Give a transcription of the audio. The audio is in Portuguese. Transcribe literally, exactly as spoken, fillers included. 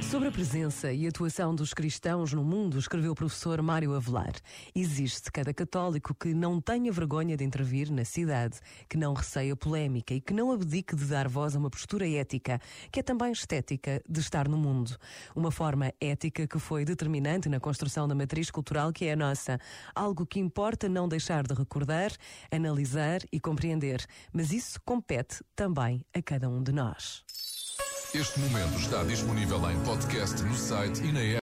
Sobre a presença e atuação dos cristãos no mundo, escreveu o professor Mário Avelar. Existe cada católico que não tenha vergonha de intervir na cidade, que não receia polémica e que não abdique de dar voz a uma postura ética, que é também estética, de estar no mundo. Uma forma ética que foi determinante na construção da matriz cultural que é a nossa. Algo que importa não deixar de recordar, analisar e compreender. Mas isso compete também a cada um de nós. Este momento está disponível em podcast no site e na app.